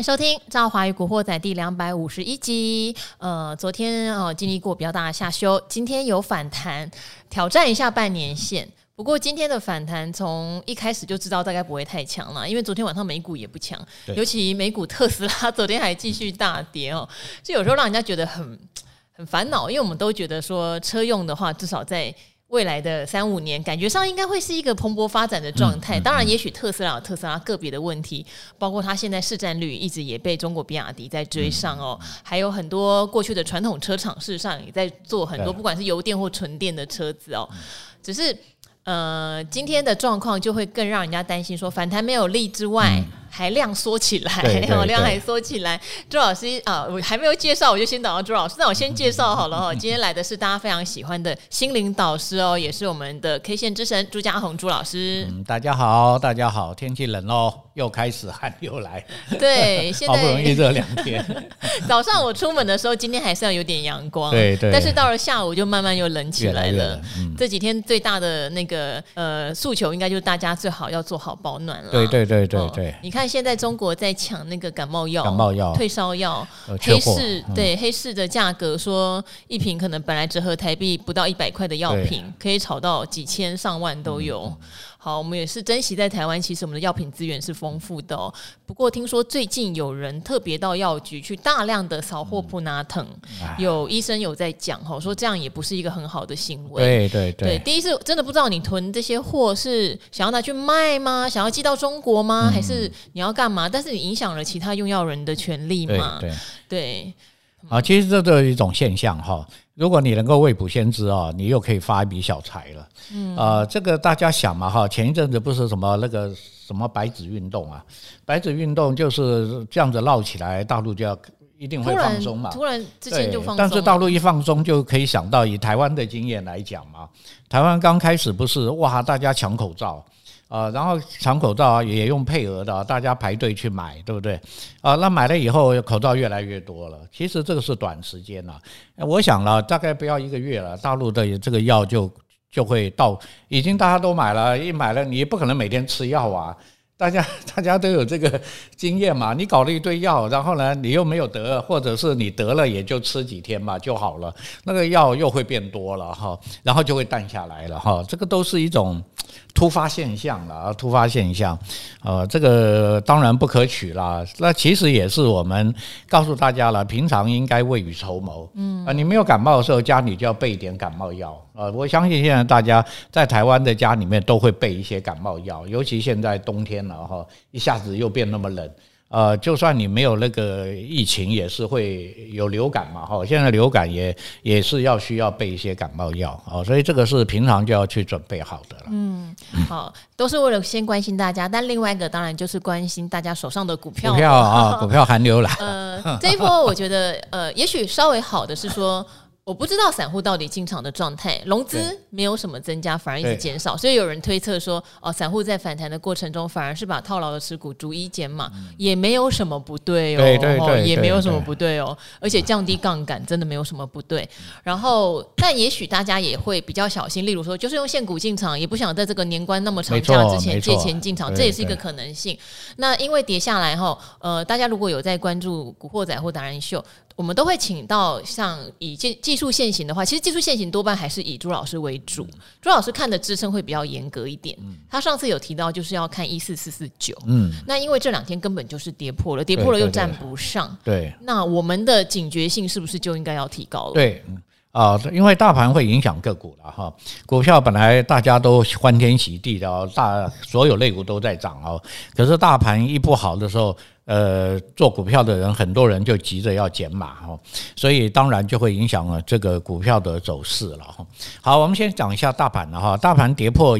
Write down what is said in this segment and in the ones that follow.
迎收听《赵华与古惑仔》第251集。昨天经历过比较大的下修，今天有反弹，挑战一下半年线。不过今天的反弹从一开始就知道大概不会太强了，因为昨天晚上美股也不强，尤其美股特斯拉昨天还继续大跌哦，这有时候让人家觉得很烦恼，因为我们都觉得说车用的话，至少在未来的3-5年，感觉上应该会是一个蓬勃发展的状态。当然，也许特斯拉有特斯拉个别的问题，包括它现在市占率一直也被中国比亚迪在追上哦，还有很多过去的传统车厂事实上也在做很多，不管是油电或纯电的车子哦，只是。今天的状况就会更让人家担心，说反弹没有力之外，还量缩起来，量还缩起来。朱老师我还没有介绍，我就先等到朱老师。那我先介绍好了今天来的是大家非常喜欢的心灵导师哦，也是我们的 K 线之神朱家宏朱老师。 大家好，大家好，天气冷哦，又开始寒流来。 对，现在好不容易热2天。 早上我出门的时候，今天还是要有点阳光， 对， 但是到了下午就慢慢又冷起来了。这几天最大的那个诉求，应该就是大家最好要做好保暖了。 对。 你看现在中国在抢那个感冒药、退烧药，黑市的价格说一瓶可能本来折合台币不到100块的药品，可以炒到几千上万都有。好，我们也是珍惜在台湾，其实我们的药品资源是丰富的哦。不过听说最近有人特别到药局去大量的扫货普拿疼，有医生有在讲说这样也不是一个很好的行为。对，第一次真的不知道你囤这些货是想要拿去卖吗？想要寄到中国吗？还是你要干嘛？但是你影响了其他用药人的权利嘛？对。 其实这是一种现象哈。如果你能够未卜先知你又可以发一笔小财了。这个大家想嘛哈，前一阵子不是什么那个什么白纸运动啊，白纸运动就是这样子闹起来，大陆就要一定会放松嘛。 突然之间就放松了。 但是大陆一放松，就可以想到以台湾的经验来讲嘛，台湾刚开始不是哇，大家抢口罩。然后抢口罩也用配额的，大家排队去买，对不对？那买了以后，口罩越来越多了。其实这个是短时间了，我想了，大概不要1个月了，大陆的这个药就会到，已经大家都买了，一买了你不可能每天吃药啊。大家都有这个经验嘛，你搞了一堆药，然后呢你又没有得，或者是你得了也就吃几天嘛就好了，那个药又会变多了哈，然后就会淡下来了哈，这个都是一种突发现象了，这个当然不可取啦。那其实也是我们告诉大家了，平常应该未雨绸缪。你没有感冒的时候，家里就要备一点感冒药。我相信现在大家在台湾的家里面都会备一些感冒药，尤其现在冬天了哈，一下子又变那么冷。就算你没有那个疫情，也是会有流感嘛，现在流感也是需要备一些感冒药，所以这个是平常就要去准备好的了。 好，都是为了先关心大家，但另外一个当然就是关心大家手上的股票股票寒流来。 这一波我觉得也许稍微好的是说。我不知道散户到底进场的状态，融资没有什么增加，反而一直减少，所以有人推测说，散户在反弹的过程中，反而是把套牢的持股逐一减码，也没有什么不对哦，也没有什么不对哦，而且降低杠杆真的没有什么不对。然后，但也许大家也会比较小心，例如说，就是用现股进场，也不想在这个年关那么长假之前借钱进场，这也是一个可能性。那因为跌下来后，大家如果有在关注古惑仔或达人秀。我们都会请到像以技术线型的话，其实技术线型多半还是以朱老师为主。朱老师看的支撑会比较严格一点。他上次有提到就是要看14449。那因为这2天根本就是跌破了又站不上。 对， 那我们的警觉性是不是就应该要提高了？ 对。因为大盘会影响个股了哈，股票本来大家都欢天喜地的所有类股都在涨可是大盘一不好的时候，做股票的人很多人就急着要减码所以当然就会影响了这个股票的走势了好，我们先讲一下大盘了大盘跌破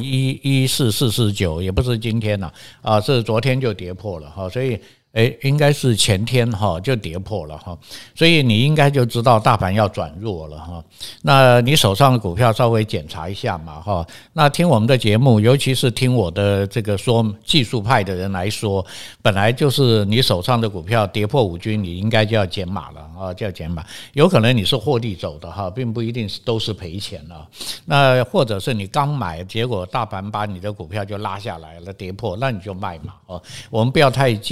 14449，也不是今天了是昨天就跌破了所以。应该是前天就跌破了所以你应该就知道大盘要转弱了那你手上的股票稍微检查一下嘛那听我们的节目，尤其是听我的这个说技术派的人来说，本来就是你手上的股票跌破5均，你应该就要减码了就要减码。有可能你是获利走的并不一定都是赔钱了。那或者是你刚买，结果大盘把你的股票就拉下来了，跌破，那你就卖嘛我们不要太计较说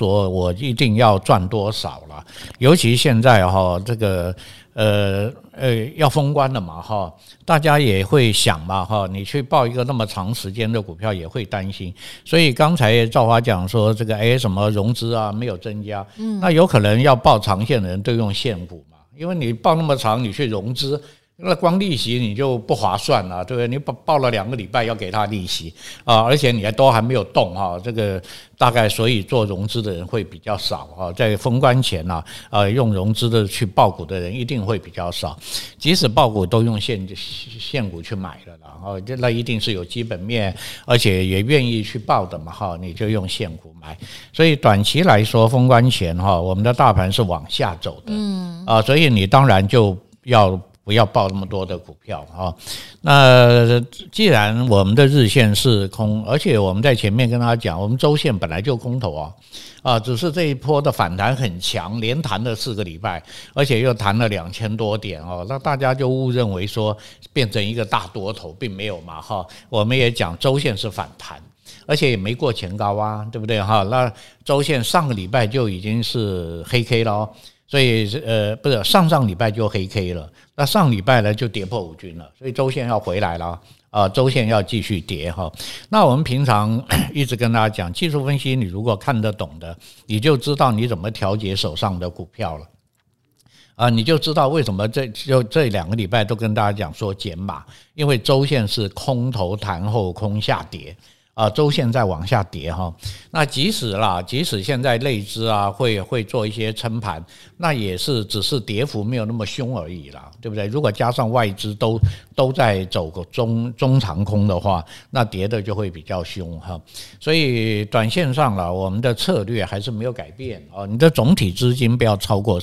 说我一定要赚多少了，尤其现在这个要封关了嘛大家也会想嘛你去报一个那么长时间的股票也会担心，所以刚才兆华讲说这个什么融资啊没有增加，那有可能要报长线的人都用现股嘛，因为你报那么长你去融资，那光利息你就不划算了，对不对？你报了2个礼拜要给他利息而且你都还没有动这个大概所以做融资的人会比较少在封关前用融资的去报股的人一定会比较少，即使报股都用现股去买了啦那一定是有基本面，而且也愿意去报的嘛你就用现股买，所以短期来说封关前我们的大盘是往下走的所以你当然就不要报那么多的股票那既然我们的日线是空，而且我们在前面跟大家讲，我们周线本来就空头只是这一波的反弹很强，连弹了4个礼拜，而且又弹了2000多点那大家就误认为说变成一个大多头，并没有嘛我们也讲周线是反弹，而且也没过前高对不对那周线上个礼拜就已经是黑 K 了所以不是上礼拜就黑 K 了，那上礼拜呢就跌破5均了，所以周线要回来了周线要继续跌那我们平常一直跟大家讲，技术分析你如果看得懂的，你就知道你怎么调节手上的股票了你就知道为什么这2个礼拜都跟大家讲说减码，因为周线是空头弹后空下跌周线在往下跌那即使现在类资会做一些撑盘，那也是只是跌幅没有那么凶而已啦，对不对？如果加上外资都在走个中长空的话，那跌的就会比较凶所以短线上我们的策略还是没有改变你的总体资金不要超过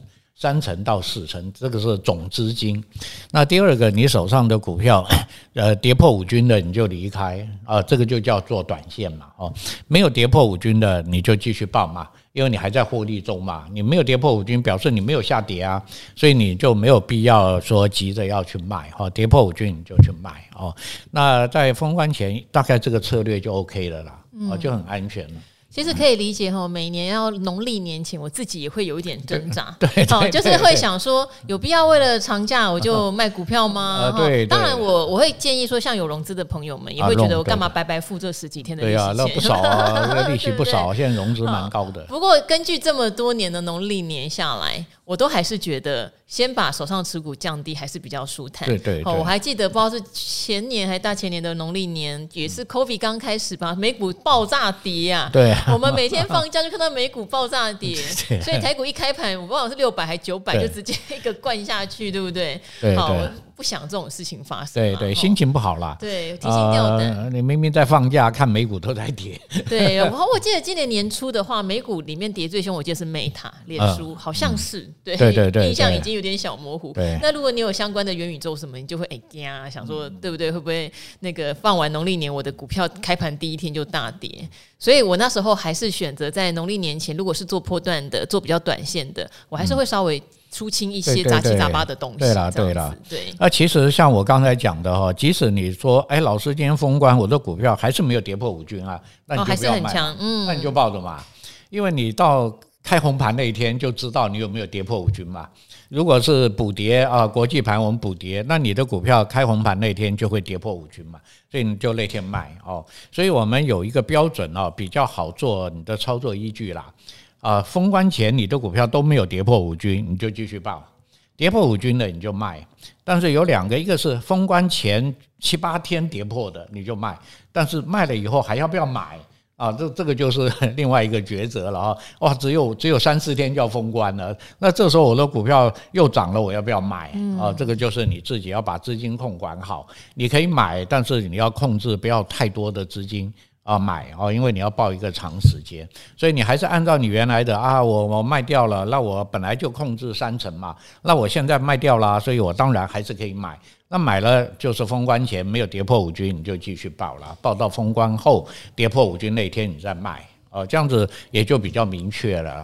3成到4成，这个是总资金。那第二个，你手上的股票跌破5均的你就离开这个就叫做短线嘛没有跌破5均的你就继续抱嘛，因为你还在获利中嘛，你没有跌破5均表示你没有下跌所以你就没有必要说急着要去卖跌破5均你就去卖那在封关前大概这个策略就 OK 了啦就很安全了。 其实可以理解每年要农历年前，我自己也会有一点挣扎， 对就是会想说，有必要为了长假我就卖股票吗？ 对， 当然我会建议说，像有融资的朋友们也会觉得我干嘛白白付这10几天的利息钱？ 那不少那利息不少，现在融资蛮高的。 不过根据这么多年的农历年下来，我都还是觉得先把手上持股降低还是比较舒坦。 对我还记得不知道是前年还大前年的农历年，也是 COVID 刚开始吧，美股爆炸跌对我们每天放假就看到美股爆炸跌所以台股一开盘我不知道是600还900就直接一个灌下去，对不对？好，不想这种事情发生对心情不好啦， 对，提心吊胆你明明在放假看美股都在跌对，然后我记得今年年初的话，美股里面跌最凶我记得是 Meta 脸书好像是对，印象已经有点小模糊。那如果你有相关的元宇宙什么，你就会想说对不对？会不会那个放完农历年我的股票开盘第一天就大跌？所以我那时候还是选择在农历年前，如果是做波段的做比较短线的，我还是会稍微出清一些杂七杂八的东西。 对啦那其实像我刚才讲的即使你说老师今天封关我的股票还是没有跌破5均那你就不要买还是很强那你就抱着嘛，因为你到开红盘那一天就知道你有没有跌破5均嘛。如果是补跌国际盘我们补跌，那你的股票开红盘那天就会跌破5均嘛，所以你就那天卖所以我们有一个标准比较好做你的操作依据啦封关前你的股票都没有跌破5均你就继续抱，跌破5均的你就卖。但是有2个，一个是封关前7、8天跌破的你就卖，但是卖了以后还要不要买这个就是另外一个抉择了只有3、4天就要封关了，那这时候我的股票又涨了，我要不要买这个就是你自己要把资金控管好，你可以买，但是你要控制不要太多的资金买因为你要抱一个长时间，所以你还是按照你原来的我卖掉了，那我本来就控制3成嘛，那我现在卖掉了，所以我当然还是可以买。那买了就是封关前没有跌破5均你就继续抱了，抱到封关后跌破5均那天你再卖这样子也就比较明确了。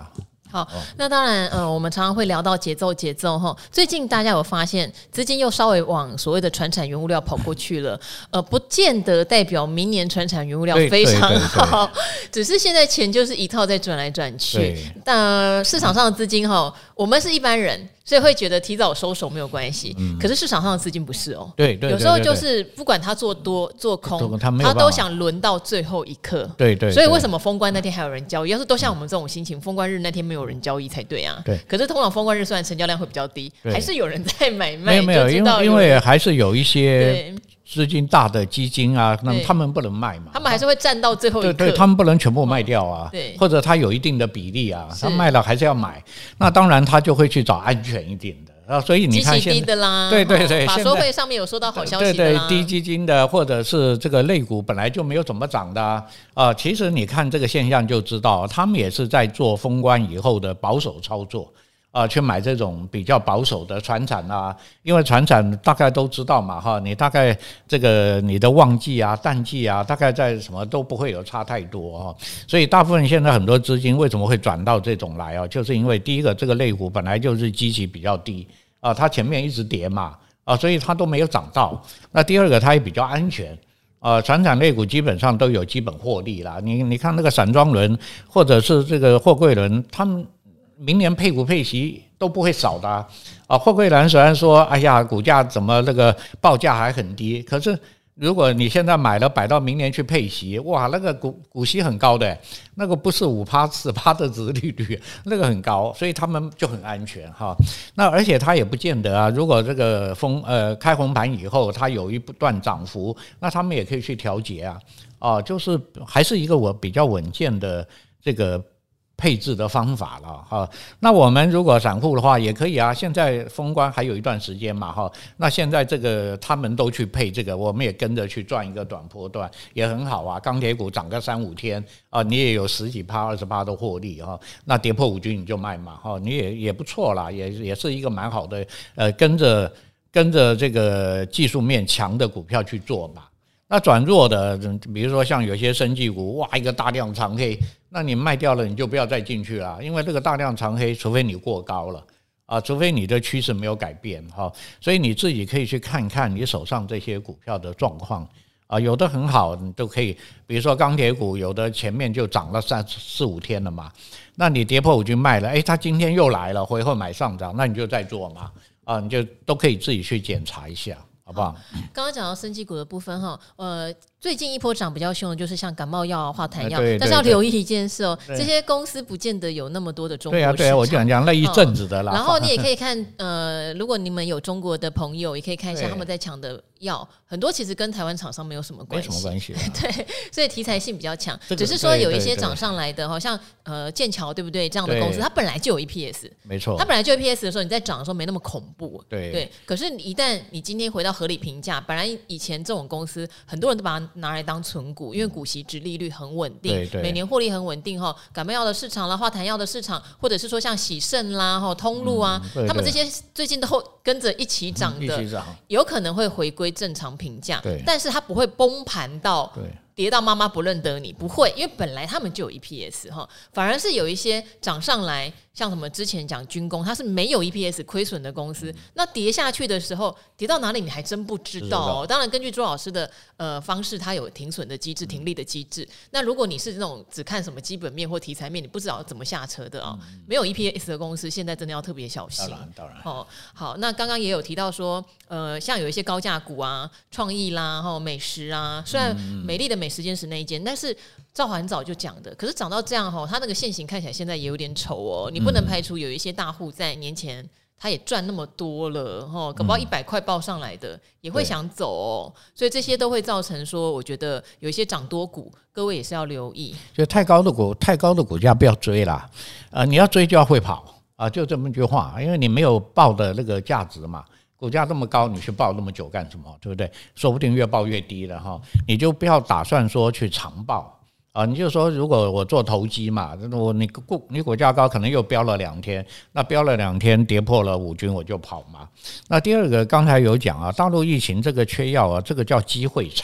好，那当然，我们常常会聊到节奏哈。最近大家有发现，资金又稍微往所谓的传产原物料跑过去了，不见得代表明年传产原物料非常好，只是现在钱就是一套在转来转去。但市场上的资金哈，我们是一般人，所以会觉得提早收手没有关系。可是市场上的资金不是哦， 对， 有时候就是不管他做多做空，他都想轮到最后一刻。 对， 所以为什么封关那天还有人交易？要是都像我们这种心情，封关日那天没有人交易才对啊。 对， 可是通常封关日虽然成交量会比较低，还是有人在买卖。 没有，因为还是有一些资金大的基金啊，那么他们不能卖嘛， 他们还是会站到最后一刻。 对，他们不能全部卖掉啊，或者他有一定的比例啊，他卖了还是要买。那当然他就会去找安全一点的。所以你看现在低的啦， 对， 法说会上面有说到好消息的啦， 对，低基金的或者是这个类股本来就没有怎么涨的其实你看这个现象就知道，他们也是在做封关以后的保守操作去买这种比较保守的传产啊，因为传产大概都知道嘛你大概这个你的旺季啊、淡季啊，大概在什么都不会有差太多所以大部分现在很多资金为什么会转到这种来就是因为第一个这个类股本来就是基期比较低它前面一直跌嘛所以它都没有涨到。那第二个它也比较安全传产类股基本上都有基本获利啦。你看那个散装轮或者是这个货柜轮，他们明年配股配息都不会少的货柜轮虽然说哎呀股价怎么那个报价还很低，可是如果你现在买了摆到明年去配息，哇，那个股息很高的，那个不是5%、4%的殖利率，那个很高，所以他们就很安全那而且它也不见得如果这个开红盘以后它有一段涨幅，那他们也可以去调节就是还是一个我比较稳健的这个配置的方法了那我们如果散户的话也可以现在封关还有一段时间嘛那现在这个他们都去配这个，我们也跟着去赚一个短波段也很好钢铁股涨个3-5天你也有10几%、20%的获利那跌破5均你就卖嘛你也不错啦，也是一个蛮好的跟着这个技术面强的股票去做嘛。那转弱的比如说像有些生技股，哇，一个大量长黑，那你卖掉了你就不要再进去了，因为这个大量长黑除非你过高了除非你的趋势没有改变所以你自己可以去看看你手上这些股票的状况有的很好你都可以，比如说钢铁股有的前面就涨了4-5天了嘛，那你跌破5均卖了它今天又来了回后买上涨，那你就再做嘛你就都可以自己去检查一下好不好？ 刚刚讲到生技股的部分最近一波涨比较凶的就是像感冒药化痰药但是要留意一件事这些公司不见得有那么多的中国市场。 对啊，我讲那一阵子的啦然后你也可以看如果你们有中国的朋友也可以看一下他们在抢的药，很多其实跟台湾厂商没有什么关系， 没什么关系对，所以题材性比较强只是说有一些涨上来的好像剑桥对不对这样的公司它本来就有 EPS， 没错， 它本来就有 EPS 的时候你在涨的时候没那么恐怖对， 可是一旦你今天回到合理评价，本来以前这种公司很多人都把它拿来当存股，因为股息殖利率很稳定，每年获利很稳定感冒药的市场啦、化痰药的市场，或者是说像喜盛啦、通路啊他们这些最近都跟着一起涨的有可能会回归正常评价，但是它不会崩盘到跌到妈妈不认得你，不会，因为本来他们就有 EPS 反而是有一些涨上来像什么之前讲军工它是没有 EPS 亏损的公司那跌下去的时候跌到哪里你还真不知道当然根据周老师的方式他有停损的机制、停利的机制，那如果你是那种只看什么基本面或题材面你不知道怎么下车的没有 EPS 的公司现在真的要特别小心。 当然好，那刚刚也有提到说像有一些高价股创意啦美食啊，虽然美丽的美食间是那一间但是兆华很早就讲的，可是涨到这样它那个现形看起来现在也有点丑你不能排除有一些大户在年前他也赚那么多了搞不好100块报上来的也会想走所以这些都会造成说我觉得有一些涨多股各位也是要留意， 就太高的股价不要追啦你要追就要会跑就这么一句话，因为你没有报的那个价值嘛，股价这么高你去报那么久干什么，对不对？说不定越报越低了你就不要打算说去长报你就说如果我做投机嘛，你股价高可能又飙了2天，那飙了2天跌破了5均我就跑嘛。那第二个刚才有讲大陆疫情这个缺药这个叫机会财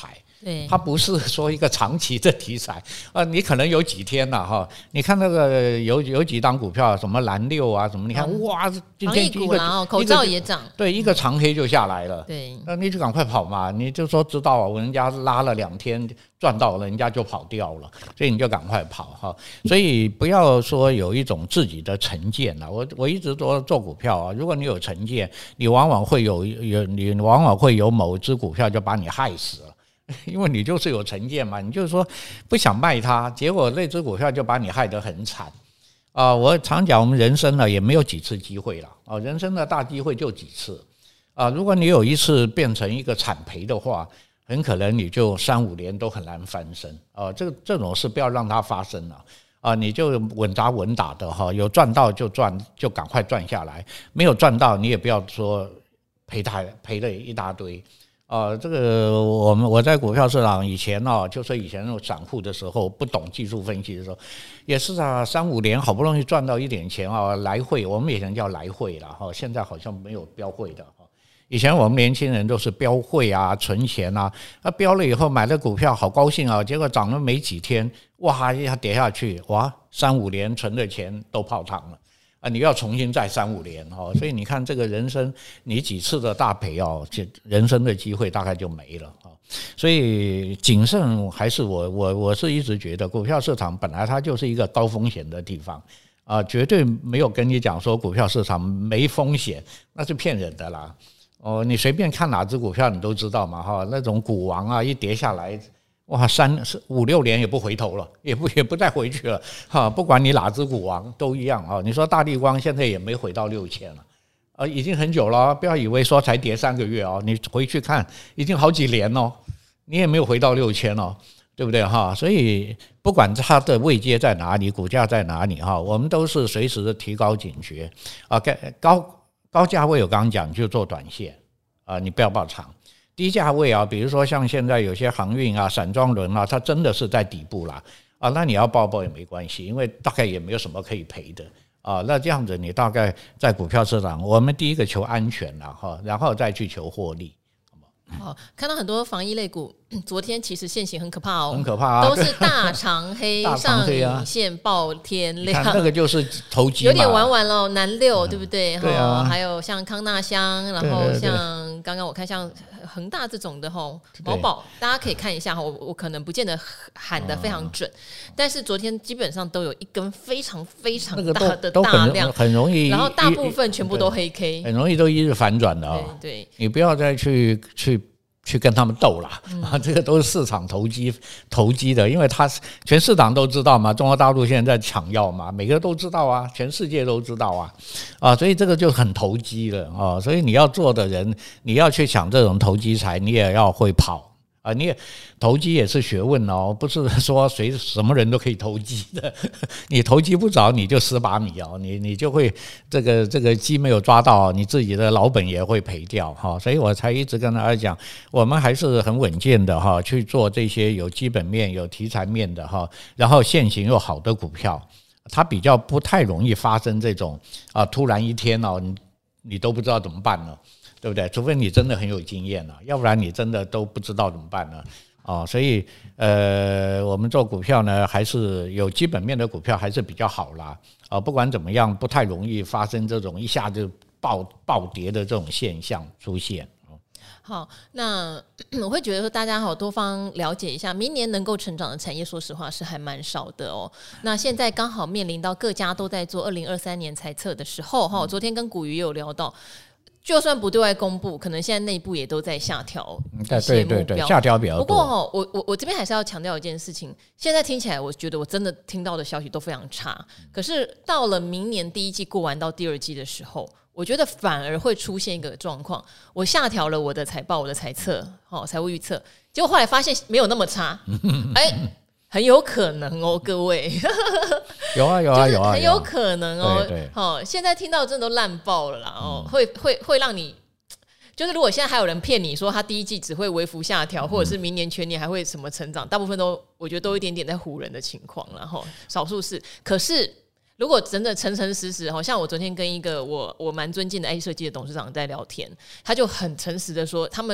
对， 它不是说一个长期的题材你可能有几天了哈。你看那个有几档股票，什么蓝六啊，什么，你看哇，今天防疫股啦，口罩也涨， 对，一个长黑就下来了。 对， 那你就赶快跑嘛，你就说知道人家拉了2天赚到了，人家就跑掉了，所以你就赶快跑哈。所以不要说有一种自己的成见了。我一直说做股票啊，如果你有成见，你往往会有某只股票就把你害死了。因为你就是有成见嘛，你就是说不想卖它，结果那只股票就把你害得很惨我常讲，我们人生呢也没有几次机会了人生的大机会就几次如果你有一次变成一个惨赔的话，很可能你就3-5年都很难翻身这种事不要让它发生了你就稳扎稳打的有赚到就赚，就赶快赚下来，没有赚到你也不要说赔了一大堆这个我在股票市场以前就是以前那种散户的时候，不懂技术分析的时候，也是3-5年好不容易赚到一点钱来汇，我们以前叫来汇了现在好像没有标汇的以前我们年轻人都是标汇存钱标了以后买了股票好高兴结果涨了没几天，哇一下跌下去，哇3-5年存的钱都泡汤了你要重新再3-5年所以你看这个人生，你几次的大赔人生的机会大概就没了所以谨慎还是我是一直觉得股票市场本来它就是一个高风险的地方绝对没有跟你讲说股票市场没风险，那是骗人的啦你随便看哪只股票你都知道嘛那种股王一跌下来，哇，3-5-6年也不回头了，也不再回去了不管你哪只股王都一样你说大立光现在也没回到6000了已经很久了不要以为说才跌3个月你回去看已经好几年你也没有回到6000对不对所以不管它的位阶在哪里，股价在哪里我们都是随时的提高警觉高价位我刚刚讲就做短线你不要抱长。低价位比如说像现在有些航运散装轮它真的是在底部啦那你要抱也没关系，因为大概也没有什么可以赔的那这样子你大概在股票市场，我们第一个求安全啦然后再去求获利。 看到很多防疫类股，昨天其实现形很可怕很可怕都是大长黑上影线爆天亮， 那个就是投机嘛， 有点玩了南六对不对？ 对还有像康纳香，然后像刚刚我看像恒大这种的毛宝，大家可以看一下我可能不见得喊得非常准但是昨天基本上都有一根非常非常大的大量， 很容易， 然后大部分全部都黑 K， 很容易都一日反转的对， 你不要再去跟他们斗了这个都是市场投机的，因为他全市场都知道嘛，中国大陆现在在抢药嘛，每个都知道全世界都知道所以这个就很投机了所以你要做的人，你要去抢这种投机财，你也要会跑你也投机也是学问不是说什么人都可以投机的你投机不着你就失把米你就会这个鸡没有抓到，你自己的老本也会赔掉所以我才一直跟大家讲，我们还是很稳健的去做这些有基本面有题材面的然后现行又好的股票，它比较不太容易发生这种突然一天你都不知道怎么办了，对不对？除非你真的很有经验了，要不然你真的都不知道怎么办了所以我们做股票呢，还是有基本面的股票还是比较好啦不管怎么样，不太容易发生这种一下就暴跌的这种现象出现。 好，那我会觉得说大家多方了解一下，明年能够成长的产业，说实话是还蛮少的那现在刚好面临到各家都在做2023年财测的时候昨天跟股鱼也有聊到。就算不对外公布，可能现在内部也都在下调一些目标， 对，下调比较多。 不过我这边还是要强调一件事情，现在听起来我觉得我真的听到的消息都非常差，可是到了明年第一季过完到第二季的时候，我觉得反而会出现一个状况，我下调了我的财报、我的财测、财务预测，结果后来发现没有那么差，很有可能各位有啊， 很有可能对现在听到真的都烂爆了啦会让你就是如果现在还有人骗你说他第一季只会微幅下调，或者是明年全年还会什么成长，大部分都我觉得都一点点在唬人的情况，然后少数是。可是如果真的诚实像我昨天跟一个我蛮尊敬的 A 设计的董事长在聊天，他就很诚实的说他们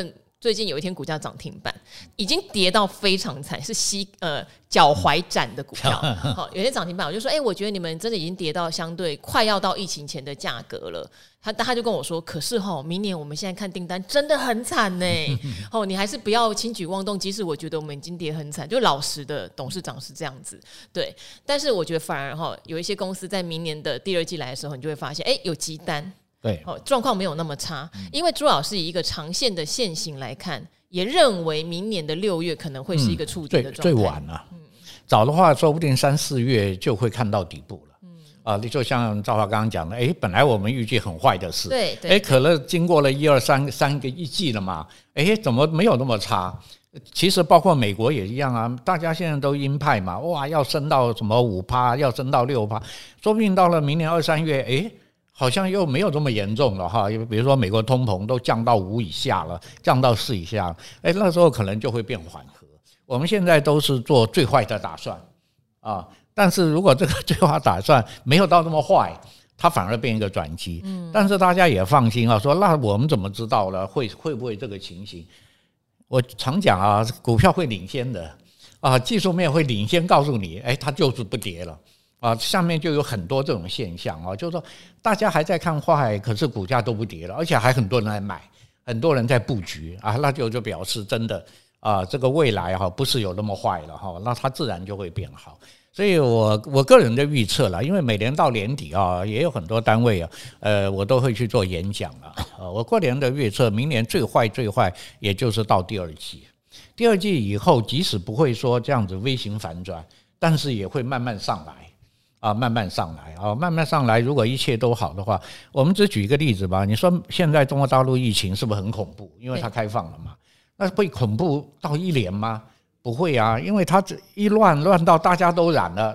最近有一天股价涨停板，已经跌到非常惨，是脚踝斩的股票。好，有些涨停板，我就说，我觉得你们真的已经跌到相对快要到疫情前的价格了。他就跟我说，可是明年我们现在看订单真的很惨呢。你还是不要轻举妄动，即使我觉得我们已经跌很惨，就老实的董事长是这样子，对。但是我觉得反而有一些公司在明年的第二季来的时候，你就会发现，有急单。 对， 状况没有那么差，因为朱老师以一个长线的线型来看，也认为明年的6月可能会是一个触底的状态。 最晚了，早的话说不定3、4月就会看到底部了。就像兆华刚刚讲的，本来我们预计很坏的事， 对， 可乐经过了1、2、3个一季了嘛，怎么没有那么差？其实包括美国也一样啊，大家现在都鹰派嘛，哇，要升到什么5%，要升到6%，说不定到了明年2、3月，好像又没有这么严重了哈，比如说美国通膨都降到5以下了，降到4以下了，那时候可能就会变缓和。我们现在都是做最坏的打算啊，但是如果这个最坏打算没有到那么坏，它反而变一个转机。但是大家也放心啊，说那我们怎么知道了会不会这个情形？我常讲啊，股票会领先的啊，技术面会领先告诉你，它就是不跌了。下面就有很多这种现象啊，就是说大家还在看坏，可是股价都不跌了，而且还很多人在买，很多人在布局啊，那就表示真的这个未来不是有那么坏了那它自然就会变好。所以我个人的预测啦，因为每年到年底也有很多单位我都会去做演讲我个人的预测，明年最坏也就是到第二季以后，即使不会说这样子 V 型反转，但是也会慢慢上来。慢慢上来，如果一切都好的话，我们只举一个例子吧。你说现在中国大陆疫情是不是很恐怖？因为它开放了嘛，那会恐怖到1年吗？不会啊，因为它一乱到大家都染了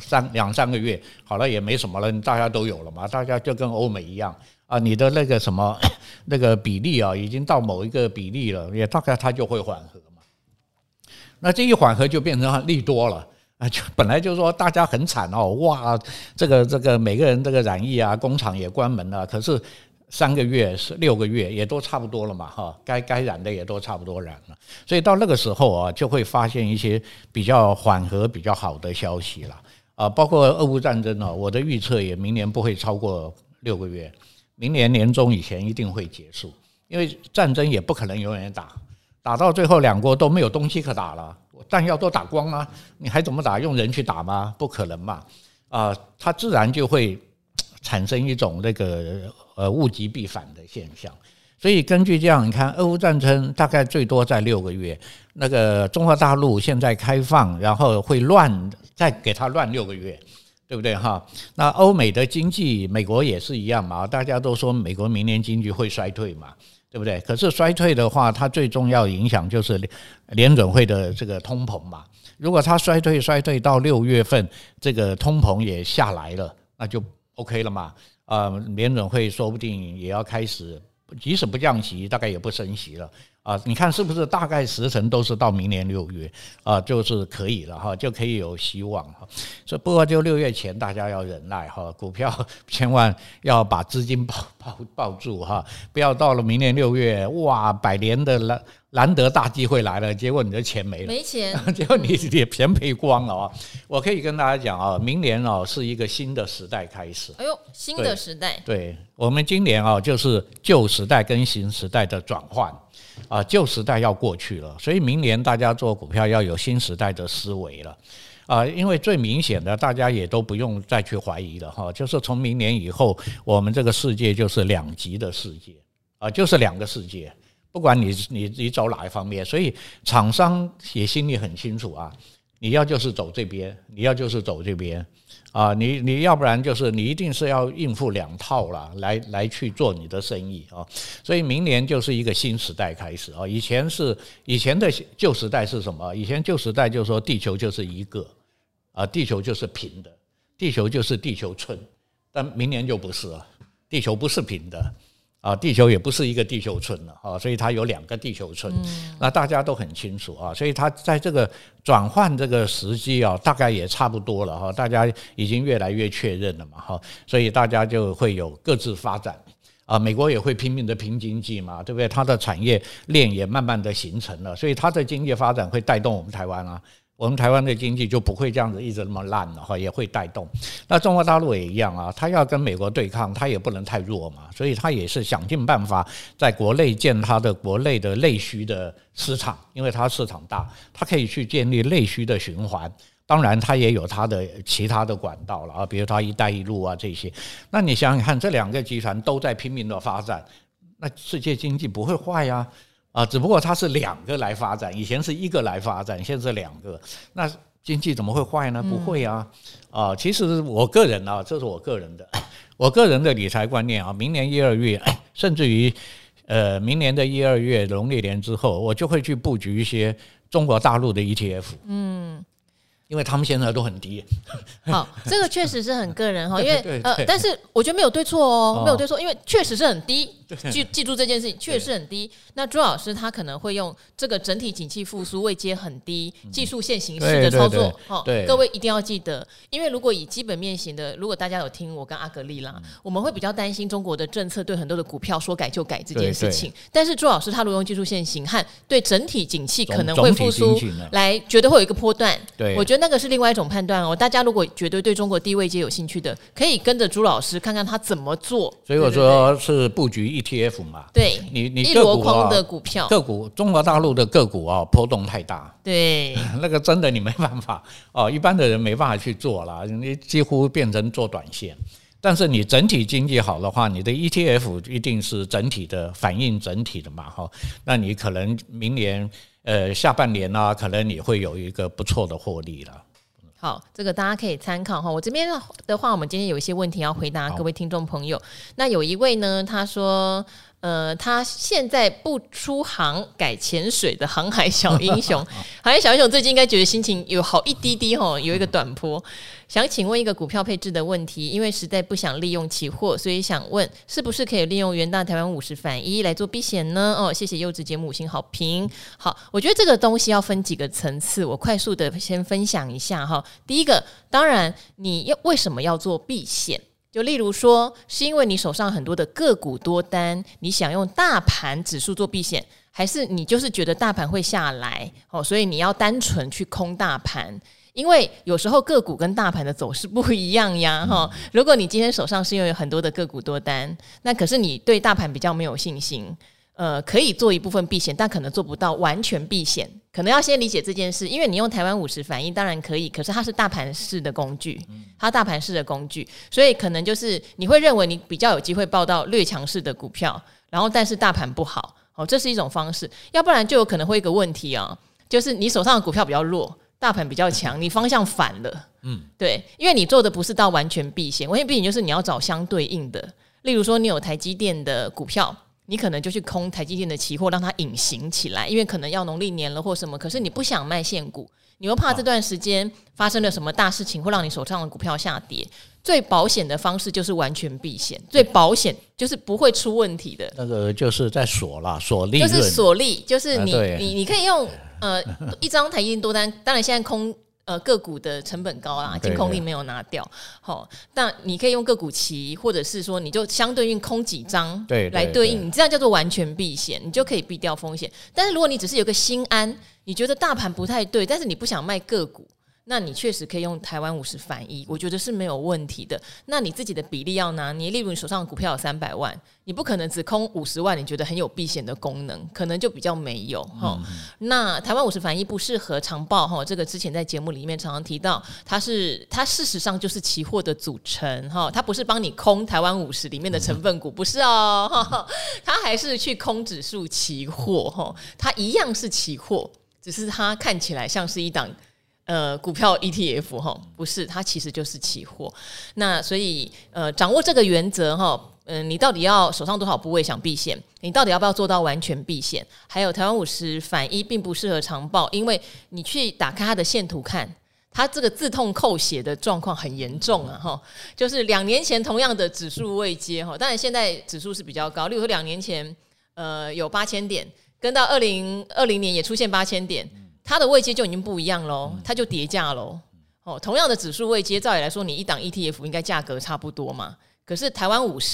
2、3个月，好了也没什么了，大家都有了嘛，大家就跟欧美一样你的那个什么那个比例已经到某一个比例了，也大概它就会缓和嘛。那这一缓和就变成利多了。就本来就是说大家很惨哇，这个每个人这个染疫工厂也关门了，可是3个月、6个月也都差不多了嘛该染的也都差不多染了，所以到那个时候就会发现一些比较缓和、比较好的消息了包括俄乌战争我的预测也明年不会超过6个月，明年年中以前一定会结束，因为战争也不可能永远打到最后2国都没有东西可打了。弹药都打光了，你还怎么打？用人去打吗？不可能嘛！它自然就会产生一种那个物极必反的现象。所以根据这样，你看俄乌战争大概最多在6个月，那个中国大陆现在开放，然后会乱，再给它乱6个月，对不对哈？那欧美的经济，美国也是一样嘛，大家都说美国明年经济会衰退嘛。对不对？可是衰退的话，它最重要的影响就是联准会的这个通膨嘛。如果它衰退到6月份，这个通膨也下来了，那就 OK 了嘛。联准会说不定也要开始，即使不降息，大概也不升息了。你看是不是大概10成都是到明年6月就是可以了就可以有希望所以不过就6月前大家要忍耐股票千万要把资金抱住不要到了明年6月哇100年的难得大机会来了，结果你的钱没了， 没钱， 结果你的钱赔光了我可以跟大家讲明年是一个新的时代开始。 哎呦，新的时代， 对，我们今年就是旧时代跟新时代的转换。旧时代要过去了，所以明年大家做股票要有新时代的思维了因为最明显的大家也都不用再去怀疑了就是从明年以后我们这个世界就是2极的世界就是2个世界，不管你走哪一方面，所以厂商也心里很清楚你要就是走这边，你要就是走这边你要不然就是你一定是要应付2套啦，来去做你的生意所以明年就是一个新时代开始以前的旧时代是什么？以前旧时代就是说地球就是一个地球就是平的，地球就是地球村，但明年就不是了，地球不是平的地球也不是一个地球村了所以它有2个地球村那大家都很清楚所以它在这个转换这个时机大概也差不多了大家已经越来越确认了嘛所以大家就会有各自发展美国也会拼命的拼经济嘛，对不对？它的产业链也慢慢的形成了，所以它的经济发展会带动我们台湾啊。我们台湾的经济就不会这样子一直那么烂了，也会带动。那中国大陆也一样啊，它要跟美国对抗，它也不能太弱嘛，所以它也是想尽办法在国内建它的国内的内需的市场，因为它市场大，它可以去建立内需的循环。当然它也有它的其他的管道了啊，比如它一带一路啊这些。那你想想看，这两个集团都在拼命的发展，那世界经济不会坏啊。只不过它是两个来发展，以前是一个来发展，现在是两个，那经济怎么会坏呢？不会啊。其实我个人啊，这是我个人的理财观念啊，明年1、2月，甚至于明年的1、2月农历年之后，我就会去布局一些中国大陆的 ETF。因为他们现在都很低。 好，这个确实是很个人哈，因为但是我觉得没有对错哦，没有对错，因为确实是很低，记住这件事情确实是很低。那朱老师他可能会用这个整体景气复苏位阶很低，技术线型式的操作，各位一定要记得，因为如果以基本面型的，如果大家有听我跟阿格丽啦，我们会比较担心中国的政策对很多的股票说改就改这件事情。但是朱老师他如果用技术线型和对整体景气可能会复苏来，觉得会有一个波段，我觉得那个是另外一种判断哦。大家如果觉得对中国低位阶有兴趣的，可以跟着朱老师看看他怎么做。 所以我说是布局 ETF 嘛， 对， 你一箩筐的股票， 个股中国大陆的个股波动太大， 对， 那个真的你没办法一般的人没办法去做啦，你几乎变成做短线。但是你整体经济好的话，你的 ETF 一定是整体的反映整体的嘛，那你可能明年下半年啊，可能你会有一个不错的获利了。 好，这个大家可以参考哈。我这边的话，我们今天有一些问题要回答各位听众朋友。那有一位呢，他说他现在不出航改潜水的航海小英雄航海小英雄最近应该觉得心情有好一滴滴有一个短波，想请问一个股票配置的问题，因为实在不想利用期货，所以想问是不是可以利用元大台湾50反1来做避险呢？谢谢优质节目5星好评。好，我觉得这个东西要分几个层次，我快速的先分享一下哈。第一个，当然你为什么要做避险？就例如说，是因为你手上很多的个股多单，你想用大盘指数做避险，还是你就是觉得大盘会下来，所以你要单纯去空大盘？因为有时候个股跟大盘的走势不一样呀，如果你今天手上是拥有很多的个股多单，那可是你对大盘比较没有信心，可以做一部分避险，但可能做不到完全避险，可能要先理解这件事。因为你用台湾50反1当然可以，可是它是大盘式的工具，所以可能就是你会认为你比较有机会报到略强势的股票，然后但是大盘不好，这是一种方式。要不然就有可能会一个问题就是你手上的股票比较弱，大盘比较强，你方向反了。对，因为你做的不是到完全避险，完全避险就是你要找相对应的，例如说你有台积电的股票，你可能就去空台积电的期货，让它隐形起来，因为可能要农历年了或什么，可是你不想卖现股，你又怕这段时间发生了什么大事情会让你手上的股票下跌。最保险的方式就是完全避险，最保险就是不会出问题的。那个就是在锁利润， 就是锁利，就是你可以用一张台积电多单，当然现在空个股的成本高啦，净空力没有拿掉，但你可以用个股期，或者是说你就相对应空几张来对应，你这样叫做完全避险，你就可以避掉风险。但是如果你只是有个心安，你觉得大盘不太对，但是你不想卖个股，那你确实可以用台湾50反1，我觉得是没有问题的。那你自己的比例要拿捏，例如你手上的股票有300万，你不可能只空50万，你觉得很有避险的功能，可能就比较没有。那台湾50反1不适合长报，这个之前在节目里面常常提到，它事实上就是期货的组成，它不是帮你空台湾50里面的成分股，不是它还是去空指数期货，它一样是期货，只是它看起来像是一档股票 ETF 不是，它其实就是期货。那所以掌握这个原则你到底要手上多少部位想避险，你到底要不要做到完全避险，还有台湾50反1并不适合长报，因为你去打开它的线图看，它这个自痛扣血的状况很严重就是2年前同样的指数位阶当然现在指数是比较高，例如说2年前有8000点，跟到2020年也出现8000点，它的位阶就已经不一样咯，它就跌价咯。同样的指数位阶，照理来说你一档 ETF 应该价格差不多嘛，可是台湾50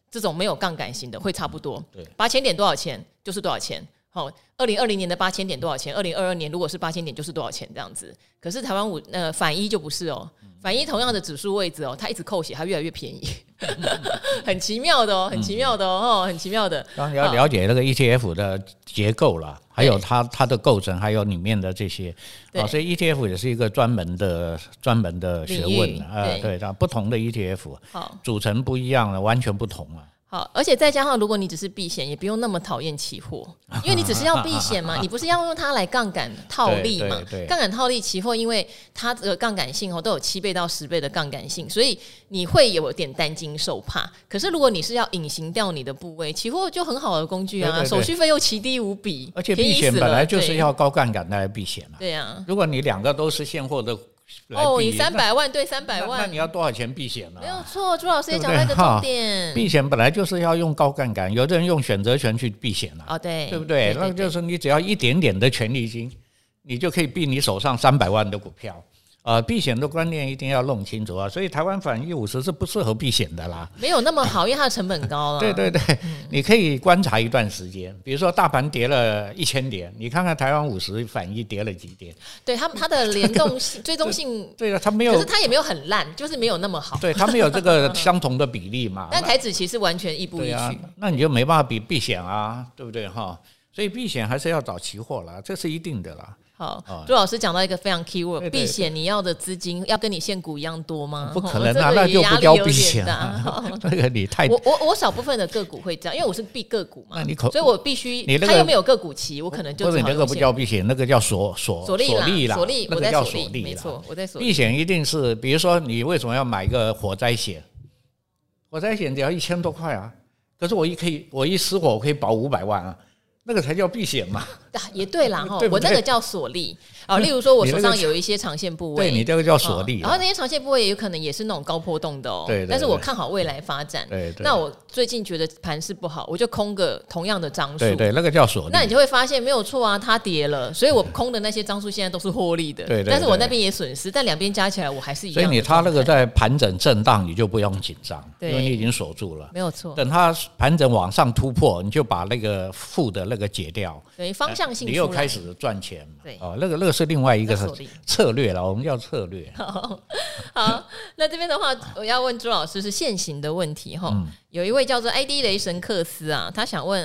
这种没有杠杆型的会差不多。 对 ，8000点多少钱就是多少钱。好，2020年的8000点多少钱？2022年如果是8000点就是多少钱这样子。可是台湾反一就不是哦，反一同样的指数位置哦，它一直扣血，它越来越便宜，很奇妙的哦，很奇妙的哦，很奇妙的。 当然要了解那个 ETF 的结构啦，还有它的构成，还有里面的这些所以 ETF 也是一个专门的学问对，不同的 ETF 组成不一样的，完全不同啊。 好，而且再加上，如果你只是避险，也不用那么讨厌期货，因为你只是要避险嘛，你不是要用它来杠杆套利嘛？杠杆套利期货，因为它的杠杆性都有7倍到10倍的杠杆性，所以你会有点担惊受怕。可是如果你是要隐形掉你的部位，期货就很好的工具啊，手续费又奇低无比， 而且避险本来就是要高杠杆来避险嘛。 对啊， 如果你两个都是现货的。 你300万对300万， 那你要多少钱避险呢？ 没有错，朱老师也讲到一个重点， 避险本来就是要用高杠杆，有的人用选择权去避险对不对？那就是你只要一点点的权利金，你就可以避你手上300万的股票。避险的观念一定要弄清楚所以台湾反一50是不适合避险的啦， 没有那么好，因为它的成本高了。 对，你可以观察一段时间，比如说大盘跌了1000点，你看看台湾50反一跌了几点？对， 它的联动性、追踪性， 对的，它没有， 可是它也没有很烂，就是没有那么好。 对，它没有这个相同的比例嘛。 但台指期是完全亦步亦趋， 那你就没办法避险对不对所以避险还是要找期货啦，这是一定的啦。 好，朱老师讲到一个非常 key word， 避险你要的资金要跟你现股一样多吗？ 不可能那就不叫避险那个你太我少部分的个股会这样，因为我是避个股嘛，所以我必须它又没有个股期，我可能就或者你那个不叫避险，那个叫锁利啦， 我在锁利， 没错，我在锁利。 避险一定是，比如说你为什么要买一个火灾险？火灾险只要1000多块可是我一失火我可以保500万那个才叫避险嘛。 也对啦我那个叫锁利例如说我手上有一些长线部位， 对，你这个叫锁利然后那些长线部位也有可能也是那种高波动的对， 但是我看好未来发展， 对， 那我最近觉得盘势不好，我就空个同样的张数， 对，那个叫锁利。 那你就会发现没有错它跌了，所以我空的那些张数现在都是获利的， 对， 但是我那边也损失，但两边加起来我还是一样的。 所以它那个在盘整震荡你就不用紧张，因为你已经锁住了， 没有错。 等它盘整往上突破，你就把那个负的那个解掉， 对，方向性出来， 你又开始赚钱。 对， 那个是另外一个策略了，我们叫策略。 好，那这边的话，我要问朱老师是现行的问题有一位叫做 ID 雷神克斯他想问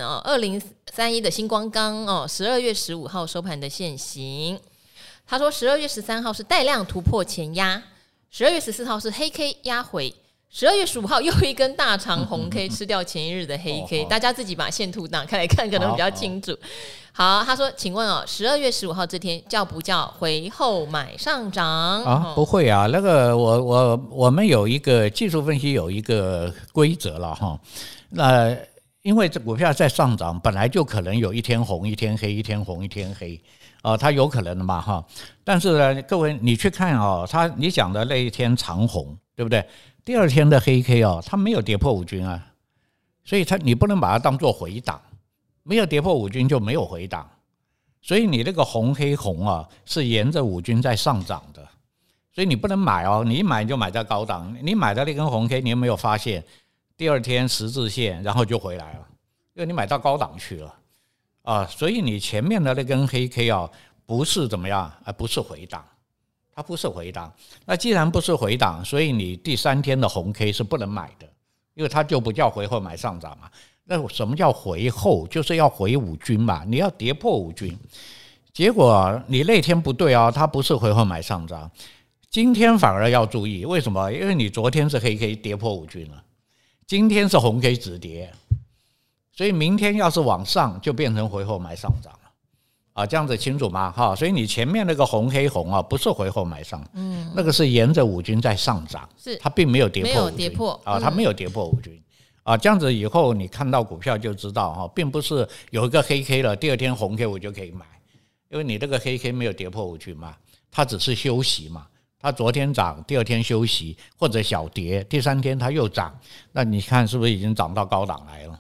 2031的星光钢12月15号收盘的现行。他说12月13号是带量突破前压，12月14号是黑 K 压回，12月15号又一根大长红 K 吃掉前一日的黑 K，大家自己把线图打开来看，可能比较清楚。好，他说，请问12月15号这天叫不叫回后买上涨不会那个我们有一个技术分析有一个规则了那因为这股票在上涨，本来就可能有一天红一天黑，一天红一天黑它有可能的嘛但是呢，各位你去看你讲的那一天长红，对不对？第二天的黑 K 它没有跌破5均所以你不能把它当作回档，没有跌破5均就没有回档，所以你那个红黑红是沿着5均在上涨的，所以你不能买你一买就买在高档，你买的那根红 K 你有没有发现第二天十字线然后就回来了，因为你买到高档去了所以你前面的那根黑 K 不是怎么样不是回档，它不是回档。那既然不是回档，所以你第3天的红 K 是不能买的，因为它就不叫回后买上涨嘛。那什么叫回后？就是要回5均嘛，你要跌破5均。结果你那天不对它不是回后买上涨，今天反而要注意，为什么？因为你昨天是黑 K 跌破5均了，今天是红 K 止跌，所以明天要是往上就变成回后买上涨了这样子清楚吗？所以你前面那个红黑红不是回后买上，那个是沿着5均在上涨， 是它并没有跌破5均， 没有跌破它没有跌破5均这样子以后你看到股票就知道并不是有一个黑 K 了，第二天红 K 我就可以买，因为你这个黑 K 没有跌破5均嘛，它只是休息嘛，它昨天涨，第二天休息或者小跌，第3天它又涨，那你看是不是已经涨到高档来了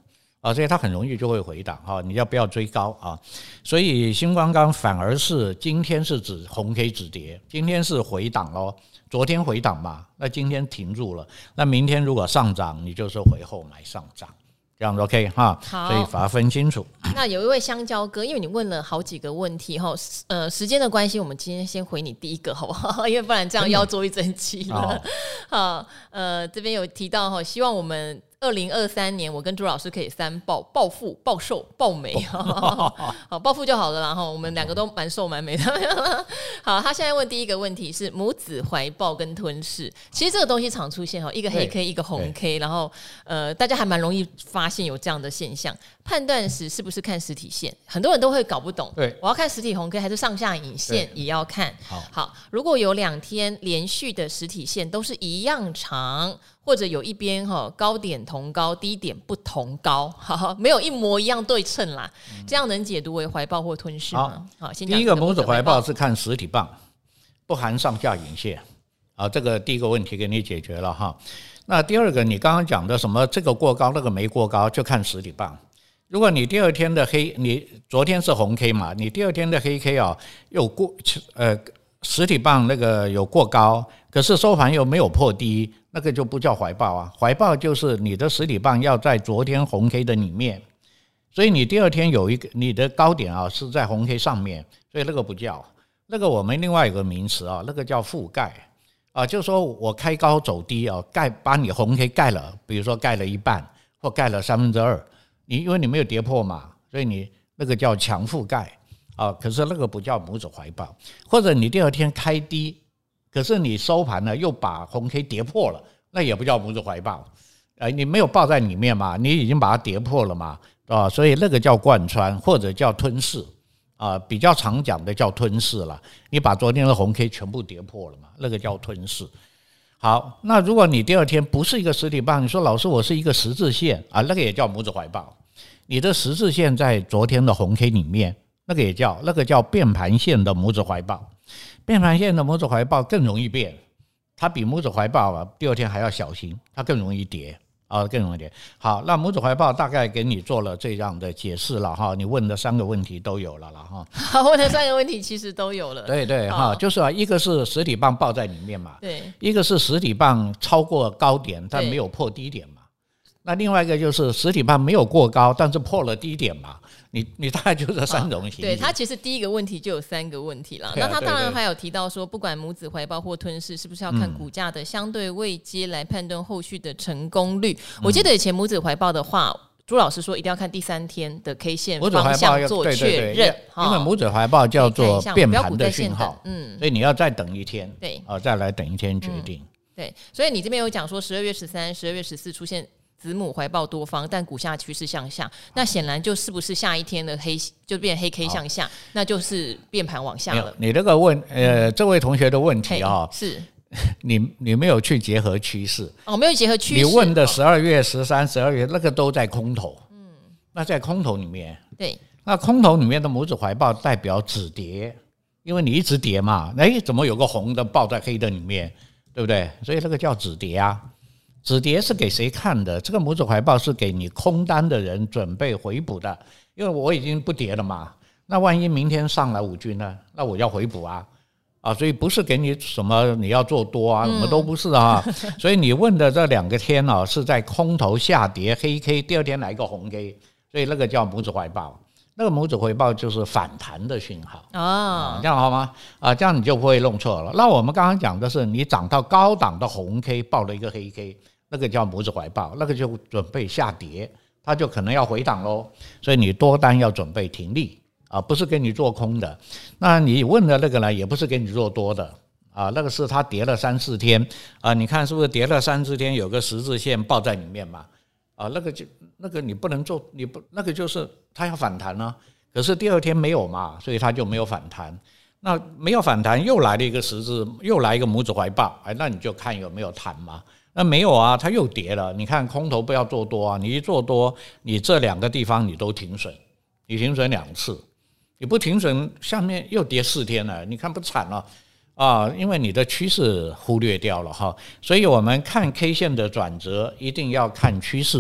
所以它很容易就会回档你要不要追高所以星光钢反而是今天是指红 K 止跌，今天是回档咯，昨天回档嘛，那今天停住了，那明天如果上涨，你就是回后买上涨，这样子 OK 哈，所以把它分清楚。 那有一位香蕉哥，因为你问了好几个问题时间的关系，我们今天先回你第一个好不好？因为不然这样要做一整期了。好，这边有提到希望我们2023年我跟朱老师可以3爆：暴富、暴瘦、暴美。好，暴富就好了啦，我们两个都蛮瘦蛮美的。好，他现在问第一个问题是母子怀抱跟吞噬，其实这个东西常出现一个黑 K 一个红 K， 然后大家还蛮容易发现有这样的现象。判断时是不是看实体线？很多人都会搞不懂，我要看实体红 K 还是上下影线也要看。好，如果有2天连续的实体线都是一样长，或者有一边高点同高，低点不同高，没有一模一样对称啦，这样能解读为怀抱或吞噬吗？好，先讲第一个母子怀抱是看实体棒，不含上下影线。这个第一个问题给你解决了哈。那第二个，你刚刚讲的什么这个过高那个没过高，就看实体棒。如果你第二天的黑，你昨天是红 K 嘛，你第二天的黑 K 又过实体棒那个有过高，可是收盘又没有破低，那个就不叫怀抱怀抱就是你的实体棒要在昨天红 K 的里面，所以你第二天有一个你的高点是在红 K 上面，所以那个不叫，那个我们另外有个名词那个叫覆盖就是说我开高走低把你红 K 盖了，比如说盖了一半或盖了2/3，因为你没有跌破嘛，所以你那个叫强覆盖可是那个不叫母子怀抱。或者你第二天开低，可是你收盘呢又把红 K 跌破了，那也不叫母子怀抱你没有抱在里面嘛，你已经把它跌破了嘛所以那个叫贯穿或者叫吞噬比较常讲的叫吞噬了，你把昨天的红 K 全部跌破了嘛，那个叫吞噬。好，那如果你第二天不是一个实体棒，你说老师我是一个十字线那个也叫母子怀抱，你的十字线在昨天的红 K 里面，那个叫变盘线的母子怀抱。变盘线的母子怀抱更容易变，它比母子怀抱第二天还要小心，它更容易跌更容易跌。好，那母子怀抱大概给你做了这样的解释了你问的3个问题都有了好，问的3个问题其实都有了。 对就是一个是实体棒抱在里面嘛， 对， 一个是实体棒超过高点但没有破低点嘛，那另外一个就是实体棒没有过高但是破了低点嘛，你大概就这3种情形。 对，他其实第一个问题就有3个问题啦。那他当然还有提到说，不管母子怀抱或吞噬，是不是要看股价的相对位阶来判断后续的成功率？我记得以前母子怀抱的话，朱老师说一定要看第3天的 K 线方向做确认， 因为母子怀抱叫做变盘的讯号，所以你要再等一天， 对再来等一天决定。 对，所以你这边有讲说12月13、12月14出现子母怀抱多方，但股价趋势向下，那显然就是不是下一天的黑就变黑 K 向下，那就是变盘往下了。 你这个这位同学的问题是你没有去结合趋势没有结合趋势。 你问的12月13、12月那个都在空头，那在空头里面， 对， 那空头里面的母子怀抱代表止跌，因为你一直跌嘛，怎么有个红的抱在黑的里面，对不对？所以那个叫止跌止跌是给谁看的？这个母子怀抱是给你空单的人准备回补的，因为我已经不跌了嘛，那万一明天上来5均呢，那我要回补所以不是给你什么你要做多什么都不是所以你问的这2个天是在空头下跌黑 K， 第二天来一个红 K， 所以那个叫母子怀抱。那个母子怀抱就是反弹的讯号这样好吗？这样你就不会弄错了。那我们刚刚讲的是你涨到高档的红 K 抱了一个黑 K， 那个叫母子怀抱，那个就准备下跌，它就可能要回档咯，所以你多单要准备停利不是给你做空的。那你问的那个呢，也不是给你做多的那个是它跌了3-4天你看是不是跌了3-4天有个十字线抱在里面嘛那个你不能做，那个就是它要反弹可是第二天没有嘛，所以它就没有反弹。那没有反弹又来了一个十字，又来一个母子怀抱那你就看有没有弹嘛。那没有它又跌了。你看空头不要做多你一做多，你这2个地方你都停损，你停损2次，你不停损下面又跌4天了，你看不惨了因为你的趋势忽略掉了所以我们看 K 线的转折一定要看趋势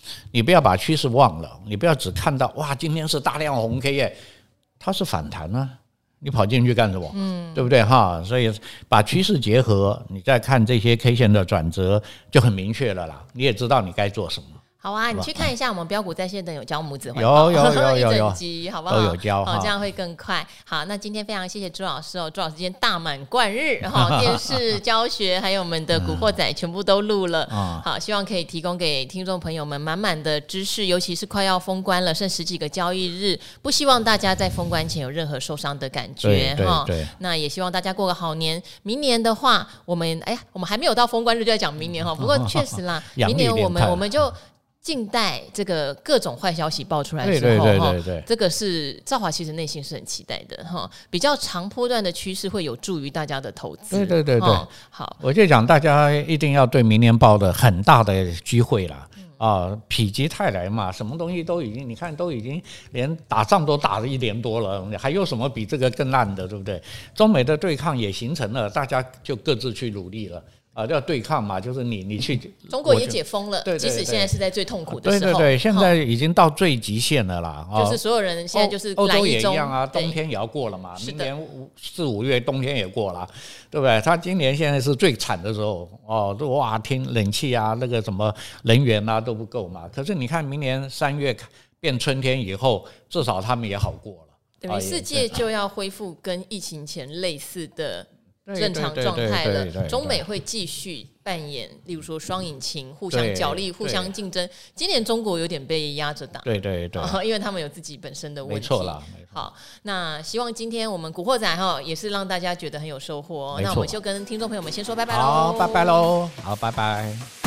你不要把趋势忘了，你不要只看到哇今天是大量红 K 耶，它是反弹啊，你跑进去干什么？对不对哈？所以把趋势结合，你再看这些 K 线的转折就很明确了啦，你也知道你该做什么。 好啊，你去看一下我们标股在线等有教母子环保， 有一整集，好不好？ 都有教， 这样会更快。好，那今天非常谢谢朱老师哦，朱老师今天大满贯日电视教学还有我们的古惑仔全部都录了。好，希望可以提供给听众朋友们满满的知识，尤其是快要封关了，剩10几个交易日，不希望大家在封关前有任何受伤的感觉哈。那也希望大家过个好年。明年的话，我们还没有到封关日就在讲明年哈，不过确实啦，明年我们就静待这个各种坏消息爆出来之后，这个是兆华其实内心是很期待的哈。比较长波段的趋势会有助于大家的投资。 对，好，我就讲大家一定要对明年抱的很大的机会啦。否极泰来嘛，什么东西都已经，你看都已经连打仗都打了1年多了，还有什么比这个更烂的，对不对？中美的对抗也形成了，大家就各自去努力了。要对抗嘛，就是你去， 中国也解封了，即使现在是在最痛苦的时候， 对，现在已经到最极限了啦。 就是所有人现在就是欧洲也一样啊，冬天也要过了嘛，明年4、5月冬天也过了，对不对？他今年现在是最惨的时候哇，天冷气啊，那个什么能源啊都不够嘛。可是你看明年3月变春天以后，至少他们也好过了， 等于世界就要恢复跟疫情前类似的正常状态了。中美会继续扮演例如说双引擎互相角力互相竞争。今年中国有点被压着打， 对， 因为他们有自己本身的问题， 没错啦。 好，那希望今天我们古惑仔也是让大家觉得很有收获那我们就跟听众朋友们先说拜拜喽。 好，拜拜喽，好，拜拜。